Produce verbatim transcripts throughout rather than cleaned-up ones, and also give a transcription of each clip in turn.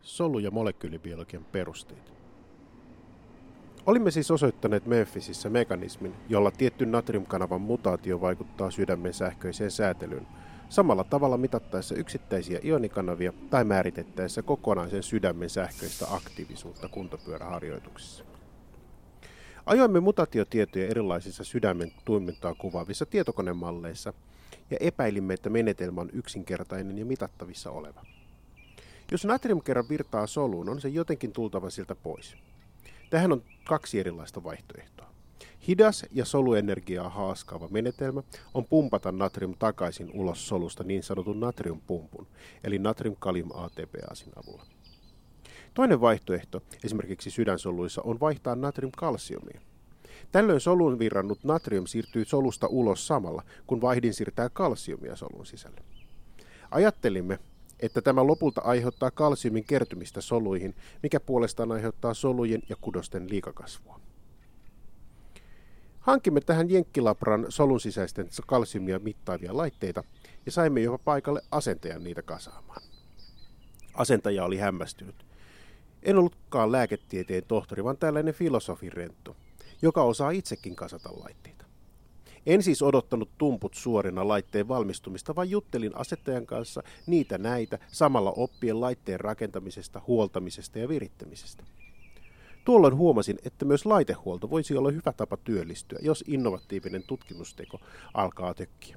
Solu- ja molekyylibiologian perusteet. Olimme siis osoittaneet Memphisissä mekanismin, jolla tietty natriumkanavan mutaatio vaikuttaa sydämen sähköiseen säätelyyn, samalla tavalla mitattaessa yksittäisiä ionikanavia tai määritettäessä kokonaisen sydämen sähköistä aktiivisuutta kuntopyöräharjoituksissa. Ajoimme mutaatiotietoja erilaisissa sydämen toimintaa kuvaavissa tietokonemalleissa ja epäilimme, että menetelmä on yksinkertainen ja mitattavissa oleva. Jos natrium kerran virtaa soluun, on se jotenkin tultava siltä pois. Tähän on kaksi erilaista vaihtoehtoa. Hidas ja soluenergiaa haaskaava menetelmä on pumpata natrium takaisin ulos solusta niin sanotun natriumpumpun, eli natrium-kalium-A T P-asin avulla. Toinen vaihtoehto, esimerkiksi sydänsoluissa, on vaihtaa natrium-kalsiumia. Tällöin soluun virrannut natrium siirtyy solusta ulos samalla, kun vaihdin siirtää kalsiumia solun sisälle. Ajattelimme, että tämä lopulta aiheuttaa kalsiumin kertymistä soluihin, mikä puolestaan aiheuttaa solujen ja kudosten liikakasvua. Hankimme tähän Jenkkilabran solun sisäisten kalsiumia mittaavia laitteita ja saimme jopa paikalle asentajan niitä kasaamaan. Asentaja oli hämmästynyt. En ollutkaan lääketieteen tohtori, vaan tällainen filosofirenttu, joka osaa itsekin kasata laitteita. En siis odottanut tumput suorina laitteen valmistumista, vaan juttelin asettajan kanssa niitä näitä, samalla oppien laitteen rakentamisesta, huoltamisesta ja virittämisestä. Tuolloin huomasin, että myös laitehuolto voisi olla hyvä tapa työllistyä, jos innovatiivinen tutkimusteko alkaa tökkiä.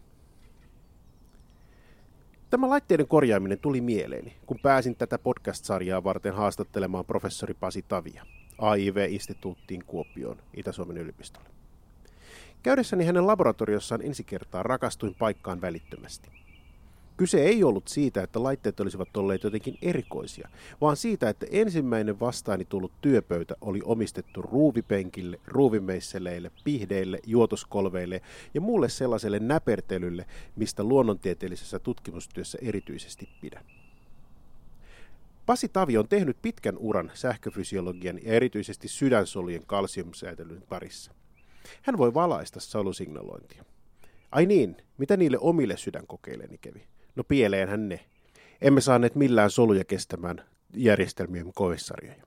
Tämä laitteiden korjaaminen tuli mieleeni, kun pääsin tätä podcast-sarjaa varten haastattelemaan professori Pasi Tavia A I V-instituuttiin Kuopioon, Itä-Suomen yliopistolle. Käydessäni hänen laboratoriossaan ensi kertaa rakastuin paikkaan välittömästi. Kyse ei ollut siitä, että laitteet olisivat olleet jotenkin erikoisia, vaan siitä, että ensimmäinen vastaani tullut työpöytä oli omistettu ruuvipenkille, ruuvimeisseleille, pihdeille, juotoskolveille ja muulle sellaiselle näpertelylle, mistä luonnontieteellisessä tutkimustyössä erityisesti pidän. Pasi Tavi on tehnyt pitkän uran sähköfysiologian ja erityisesti sydänsolujen kalsiumsäätelyn parissa. Hän voi valaista solusignalointia. Ai niin, mitä niille omille sydänkokeilleni kävi? No pieleenhän ne. Emme saaneet millään soluja kestämään järjestelmien koesarjoja.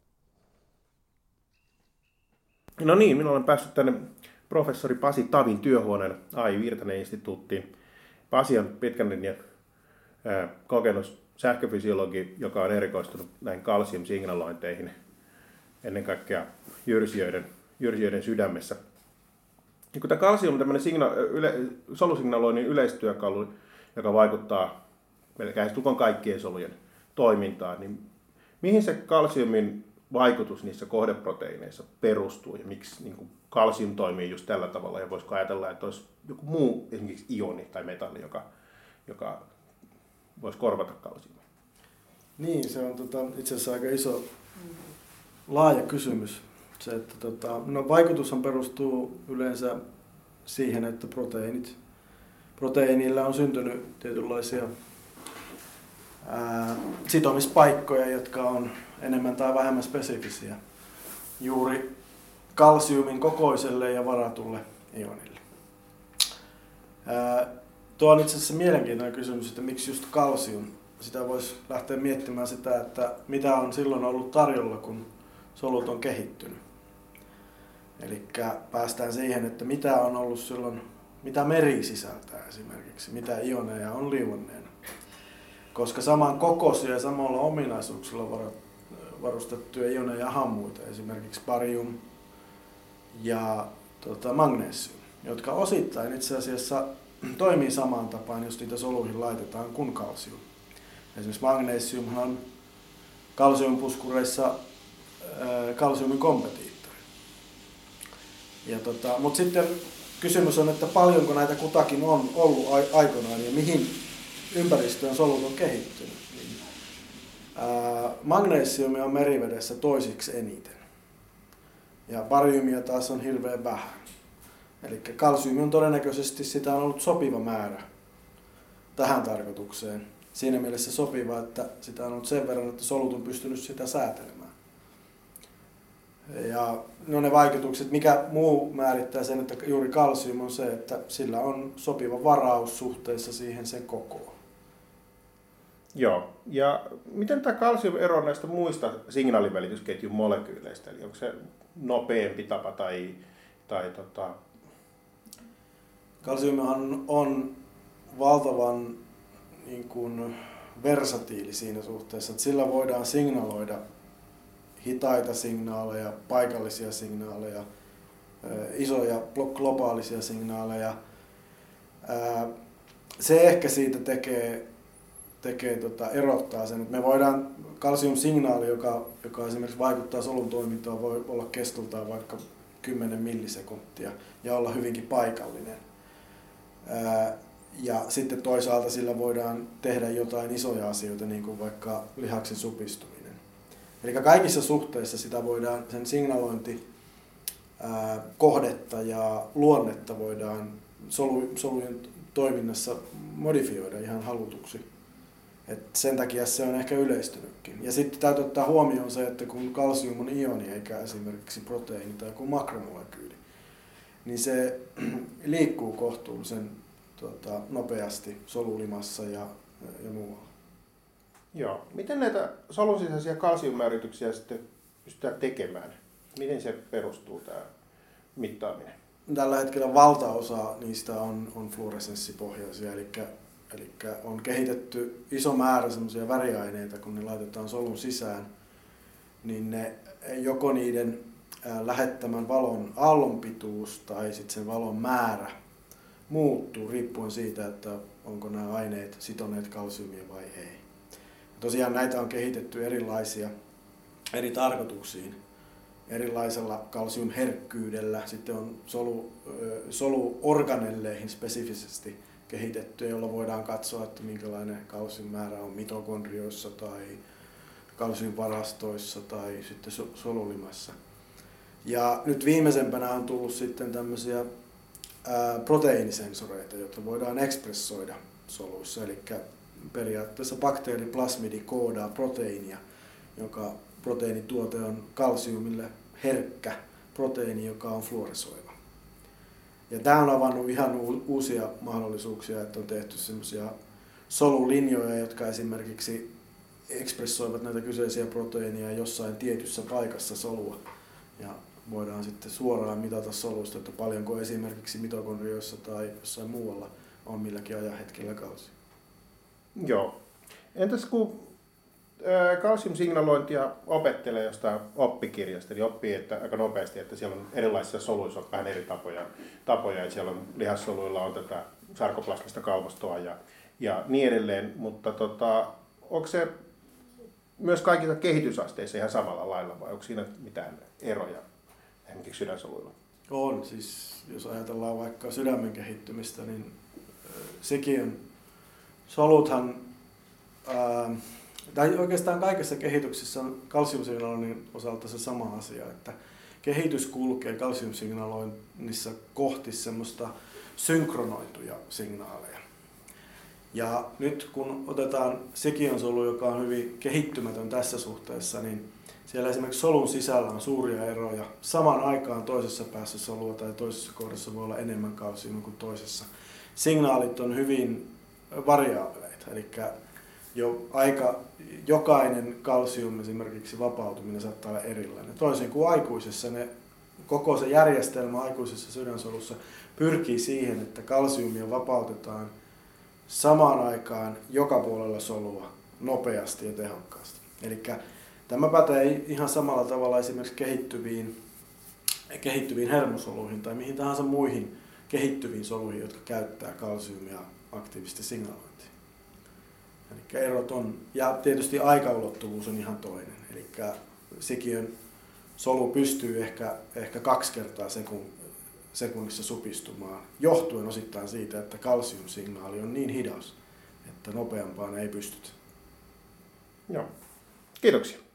No niin, minä olen päässyt tänne professori Pasi Tavin työhuoneen A I Virtanen-instituuttiin. Pasi on pitkän linjan äh, kokenut sähköfysiologi, joka on erikoistunut näihin kalsiumsignalointeihin, ennen kaikkea jyrsijöiden, jyrsijöiden sydämessä. Ja kun tämä kalsium on tämmöinen signa- yle- solusignaloinnin yleistyökalu, joka vaikuttaa melkein tukon kaikkien solujen toimintaan, niin mihin se kalsiumin vaikutus niissä kohdeproteiineissa perustuu ja miksi niin kuin kalsium toimii just tällä tavalla ja voisiko ajatella, että olisi joku muu esimerkiksi ioni tai metalli, joka, joka voisi korvata kalsiumia? Niin, se on tota, itse asiassa aika iso, laaja kysymys. Se, että tota, no, vaikutushan perustuu yleensä siihen, että proteiinit, proteiinilla on syntynyt tietynlaisia ää, sitomispaikkoja, jotka on enemmän tai vähemmän spesifisiä juuri kalsiumin kokoiselle ja varatulle ionille. Ää, tuo on itse asiassa mielenkiintoinen kysymys, että miksi just kalsium. Sitä voisi lähteä miettimään sitä, että mitä on silloin ollut tarjolla, kun solut on kehittynyt. Eli päästään siihen, että mitä on ollut silloin, mitä meri sisältää esimerkiksi, mitä ioneja on liuenneena. Koska saman kokoisia ja samalla ominaisuuksilla varustettuja ioneja ja hammuita, esimerkiksi barium ja tota, magnesium, jotka osittain itse asiassa toimii samaan tapaan, jos niitä soluihin laitetaan, kuin kalsium. Esimerkiksi magnesiumhan on kalsiumpuskureissa kalsiumin kompetiittori. Ja tota, mutta sitten kysymys on, että paljonko näitä kutakin on ollut aikoinaan ja mihin ympäristöön solut on kehittynyt. Ää, magnesiumia on merivedessä toisiksi eniten. Ja bariumia taas on hirveän vähän. Eli kalsiumi on todennäköisesti, sitä on ollut sopiva määrä tähän tarkoitukseen. Siinä mielessä sopiva, että sitä on ollut sen verran, että solut on pystynyt sitä säätelemään. Ja no ne vaikutukset, mikä muu määrittää sen, että juuri kalsium on se, että sillä on sopiva varaus suhteessa siihen sen kokoon. Joo. Ja miten tämä kalsium eroaa näistä muista signaalivälitysketjun molekyyleistä? Eli onko se nopeampi tapa tai... tai tota... Kalsiumihan on valtavan niin kuin, versatiili siinä suhteessa, että sillä voidaan signaloida hitaita signaaleja, paikallisia signaaleja, isoja globaalisia signaaleja. Se ehkä siitä tekee, tekee tota, erottaa sen, että me voidaan kalsiumsignaali, joka, joka esimerkiksi vaikuttaa solun toimintaan, voi olla kestoltaan vaikka kymmenen millisekuntia ja olla hyvinkin paikallinen. Ja sitten toisaalta sillä voidaan tehdä jotain isoja asioita, niin kuin vaikka lihaksen supistuminen. Eli kaikissa suhteissa sitä voidaan, sen signalointi, ää, kohdetta ja luonnetta voidaan solu, solujen toiminnassa modifioida ihan halutuksi. Et sen takia se on ehkä yleistynytkin. Ja sitten täytyy ottaa huomioon se, että kun kalsium on ioni eikä esimerkiksi proteiini tai joku makromolekyyli, niin se liikkuu kohtuullisen tuota, nopeasti solulimassa ja, ja muualla. Joo. Miten näitä solun sisäisiä kalsiummäärityksiä sitten pystytään tekemään? Miten se perustuu tämä mittaaminen? Tällä hetkellä valtaosa niistä on, on fluoresenssipohjaisia, eli, eli on kehitetty iso määrä semmoisia väriaineita, kun ne laitetaan solun sisään, niin ne joko niiden lähettämän valon aallonpituus tai sitten sen valon määrä muuttuu riippuen siitä, että onko nämä aineet sitoneet kalsiumia vai ei. Tosiaan näitä on kehitetty erilaisia eri tarkoituksiin, erilaisella kalsiumherkkyydellä. Sitten on solu, soluorganelleihin spesifisesti kehitetty, jolla voidaan katsoa, että minkälainen kalsiummäärä on mitokondrioissa tai kalsiumvarastoissa tai sitten solulimassa. Ja nyt viimeisempänä on tullut sitten tämmöisiä ää, proteiinisensoreita, joita voidaan ekspressoida soluissa. Eli periaatteessa bakteeriplasmidi koodaa proteiinia, joka proteiinituote on kalsiumille herkkä proteiini, joka on fluoresoiva. Ja tämä on avannut ihan uusia mahdollisuuksia, että on tehty semmoisia solulinjoja, jotka esimerkiksi ekspressoivat näitä kyseisiä proteiineja jossain tietyssä paikassa solua. Ja voidaan sitten suoraan mitata solusta, että paljonko esimerkiksi mitokondrioissa tai jossain muualla on milläkin ajanhetkellä kalsium. Joo. Entäs kun kalsiumsignalointia opettelee jostain oppikirjasta, eli oppii että aika nopeasti, että siellä on erilaisissa soluissa on vähän eri tapoja, tapoja että siellä on lihassoluilla on tätä sarkoplasmista kalvostoa ja, ja niin edelleen, mutta tota, onko se myös kaikissa kehitysasteissa ihan samalla lailla vai onko siinä mitään eroja esimerkiksi sydänsoluilla? On, siis jos ajatellaan vaikka sydämen kehittymistä, niin sekin on, soluthan, ää, tai oikeastaan kaikessa kehityksessä on kalsiumsignaloinnin osalta se sama asia, että kehitys kulkee kalsiumsignaloinnissa kohti semmoista synkronoituja signaaleja. Ja nyt kun otetaan sikiön solu, joka on hyvin kehittymätön tässä suhteessa, niin siellä esimerkiksi solun sisällä on suuria eroja. Samaan aikaan toisessa päässä solua tai toisessa kohdassa voi olla enemmän kalsiumia kuin toisessa. Signaalit on hyvin variaabeleita, eli jo aika, jokainen kalsium esimerkiksi vapautuminen saattaa olla erilainen. Toisin kuin aikuisessa, ne, koko se järjestelmä aikuisessa sydänsolussa pyrkii siihen, että kalsiumia vapautetaan samaan aikaan joka puolella solua nopeasti ja tehokkaasti. Eli tämä pätee ihan samalla tavalla esimerkiksi kehittyviin, kehittyviin hermosoluihin tai mihin tahansa muihin kehittyviin soluihin, jotka käyttää kalsiumia aktiivisesti signalointiin. Eli erot on, ja tietysti aikaulottuvuus on ihan toinen. Eli sikiön solu pystyy ehkä, ehkä kaksi kertaa sekun, sekunnissa supistumaan, johtuen osittain siitä, että kalsiumsignaali on niin hidas, että nopeampaan ei pystytä. Joo. Kiitoksia.